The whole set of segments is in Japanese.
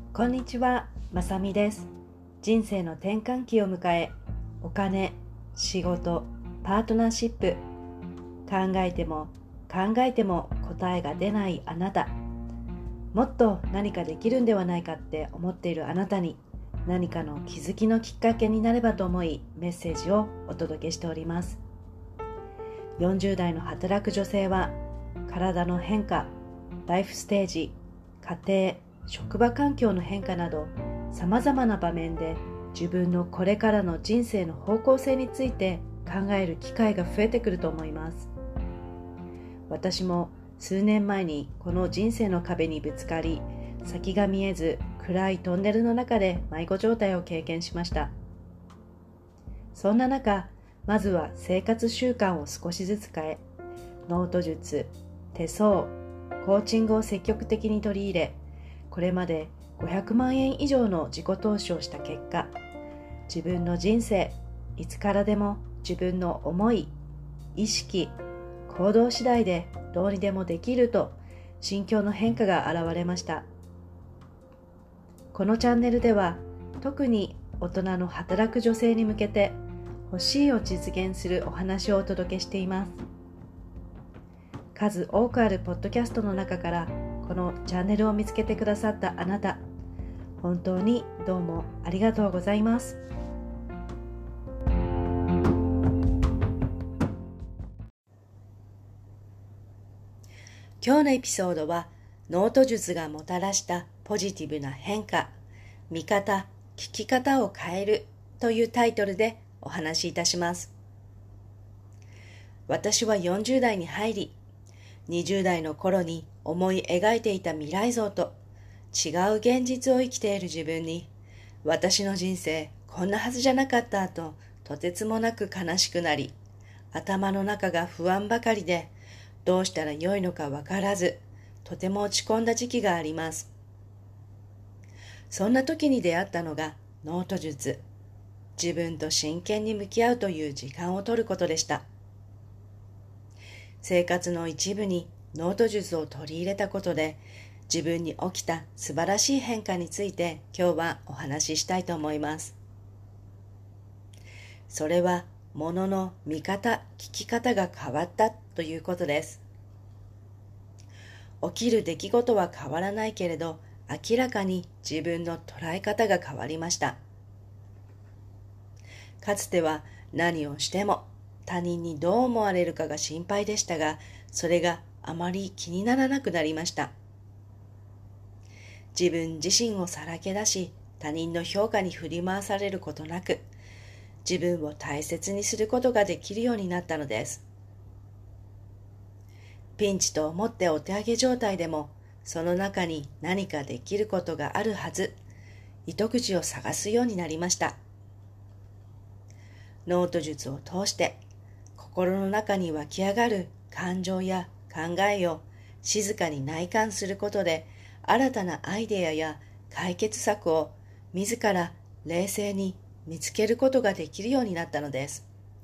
こんにちは、まさみです。人生の転換期を迎え、お金、仕事、パートナーシップ、考えても考えても答えが出ないあなた、もっと何かできるんではないかって思っているあなたに、何かの気づきのきっかけになればと思い、メッセージをお届けしております。40代の働く女性は、体の変化、ライフステージ、家庭、職場環境の変化など、さまざまな場面で自分のこれからの人生の方向性について考える機会が増えてくると思います。私も数年前にこの人生の壁にぶつかり、先が見えず暗いトンネルの中で迷子状態を経験しました。そんな中、まずは生活習慣を少しずつ変え、ノート術、手相、コーチングを積極的に取り入れ、これまで500万円以上の自己投資をした結果、自分の人生、いつからでも自分の思い、意識、行動次第でどうにでもできると心境の変化が現れました。このチャンネルでは、特に大人の働く女性に向けて欲しいを実現するお話をお届けしています。数多くあるポッドキャストの中からこのチャンネルを見つけてくださったあなた、本当にどうもありがとうございます。今日のエピソードは、ノート術がもたらしたポジティブな変化、見方、聞き方を変えるというタイトルでお話しいたします。私は40代に入り、20代の頃に思い描いていた未来像と違う現実を生きている自分に、私の人生こんなはずじゃなかったととてつもなく悲しくなり、頭の中が不安ばかりで、どうしたらよいのかわからず、とても落ち込んだ時期があります。そんな時に出会ったのがノート術、自分と真剣に向き合うという時間を取ることでした。生活の一部にノート術を取り入れたことで、自分に起きた素晴らしい変化について今日はお話ししたいと思います。それは物の見方、聞き方が変わったということです。起きる出来事は変わらないけれど、明らかに自分の捉え方が変わりました。かつては何をしても他人にどう思われるかが心配でしたが、それがあまり気にならなくなりました。自分自身をさらけ出し、他人の評価に振り回されることなく、自分を大切にすることができるようになったのです。ピンチと思ってお手上げ状態でも、その中に何かできることがあるはず、糸口を探すようになりました。ノート術を通して、心の中に湧き上がる感情や考えを静かに内観することで、新たなアイデアや解決策を自ら冷静に見つけることができるようになったのです。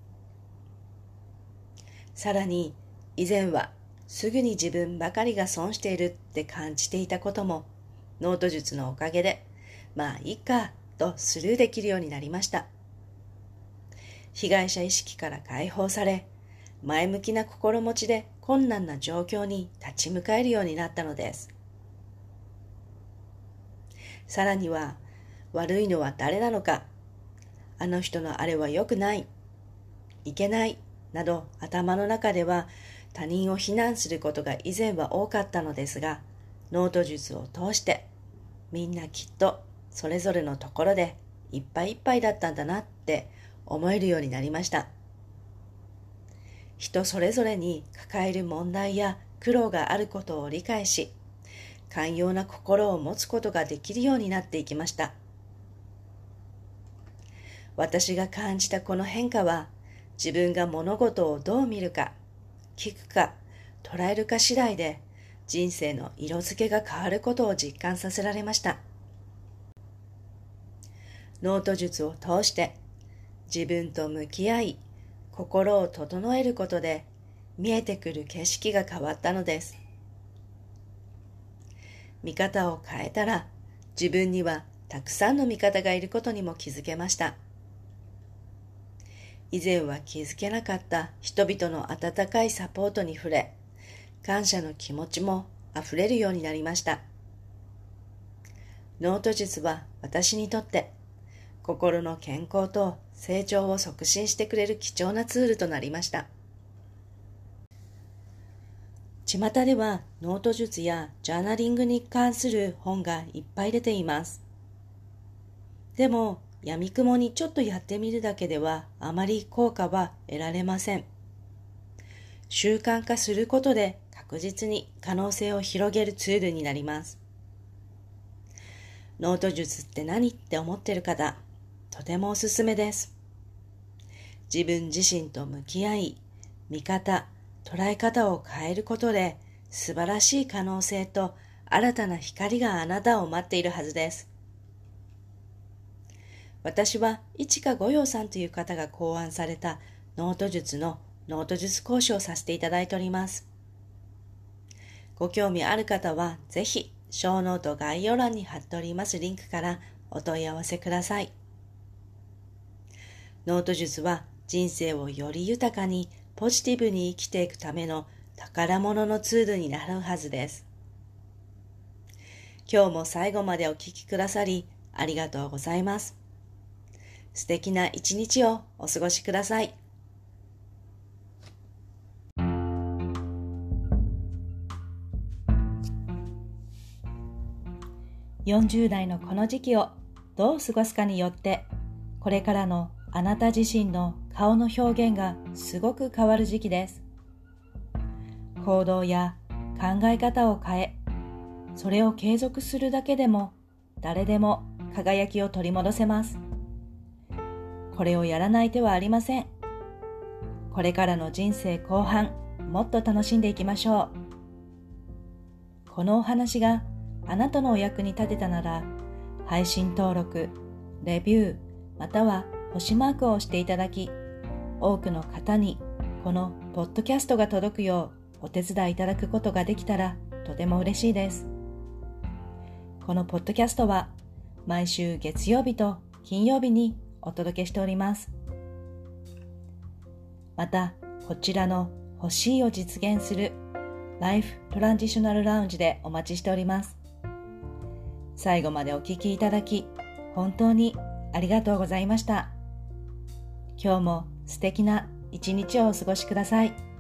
さらに、以前はすぐに自分ばかりが損しているって感じていたことも、ノート術のおかげで、まあいいかとスルーできるようになりました。被害者意識から解放され、前向きな心持ちで困難な状況に立ち向かえるようになったのです。さらには、悪いのは誰なのか、あの人のあれは良くない、いけない、など頭の中では他人を非難することが以前は多かったのですが、ノート術を通してみんなきっとそれぞれのところでいっぱいいっぱいだったんだなって思えるようになりました。人それぞれに抱える問題や苦労があることを理解し、寛容な心を持つことができるようになっていきました。私が感じたこの変化は、自分が物事をどう見るか、聞くか、捉えるか次第で、人生の色付けが変わることを実感させられました。ノート術を通して、自分と向き合い、心を整えることで、見えてくる景色が変わったのです。見方を変えたら、 自分にはたくさんの味方がいることにも気づけました。以前は気づけなかった人々の温かいサポートに触れ、感謝の気持ちもあふれるようになりました。ノート術は私にとって心の健康と成長を促進してくれる貴重なツールとなりました。巷ではノート術やジャーナリングに関する本がいっぱい出ています。でも闇雲にちょっとやってみるだけではあまり効果は得られません。習慣化することで確実に可能性を広げるツールになります。ノート術って何って思ってる方、とてもおすすめです。自分自身と向き合い、見方、捉え方を変えることで素晴らしい可能性と新たな光があなたを待っているはずです。私はいちかごようさんという方が考案されたノート術のノート術講師をさせていただいております。ご興味ある方はぜひショーノート概要欄に貼っておりますリンクからお問い合わせください。ノート術は人生をより豊かにポジティブに生きていくための宝物のツールになるはずです。今日も最後までお聞きくださりありがとうございます。素敵な一日をお過ごしください。40代のこの時期をどう過ごすかによって、これからのあなた自身の顔の表現がすごく変わる時期です。行動や考え方を変え、それを継続するだけでも誰でも輝きを取り戻せます。これをやらない手はありません。これからの人生後半、もっと楽しんでいきましょう。このお話があなたのお役に立てたなら、配信登録、レビュー、または星マークを押していただき、多くの方にこのポッドキャストが届くようお手伝いいただくことができたらとても嬉しいです。このポッドキャストは毎週月曜日と金曜日にお届けしております。また、こちらの欲しいを実現するライフトランジショナルラウンジでお待ちしております。最後までお聞きいただき、本当にありがとうございました。今日も素敵な一日をお過ごしください。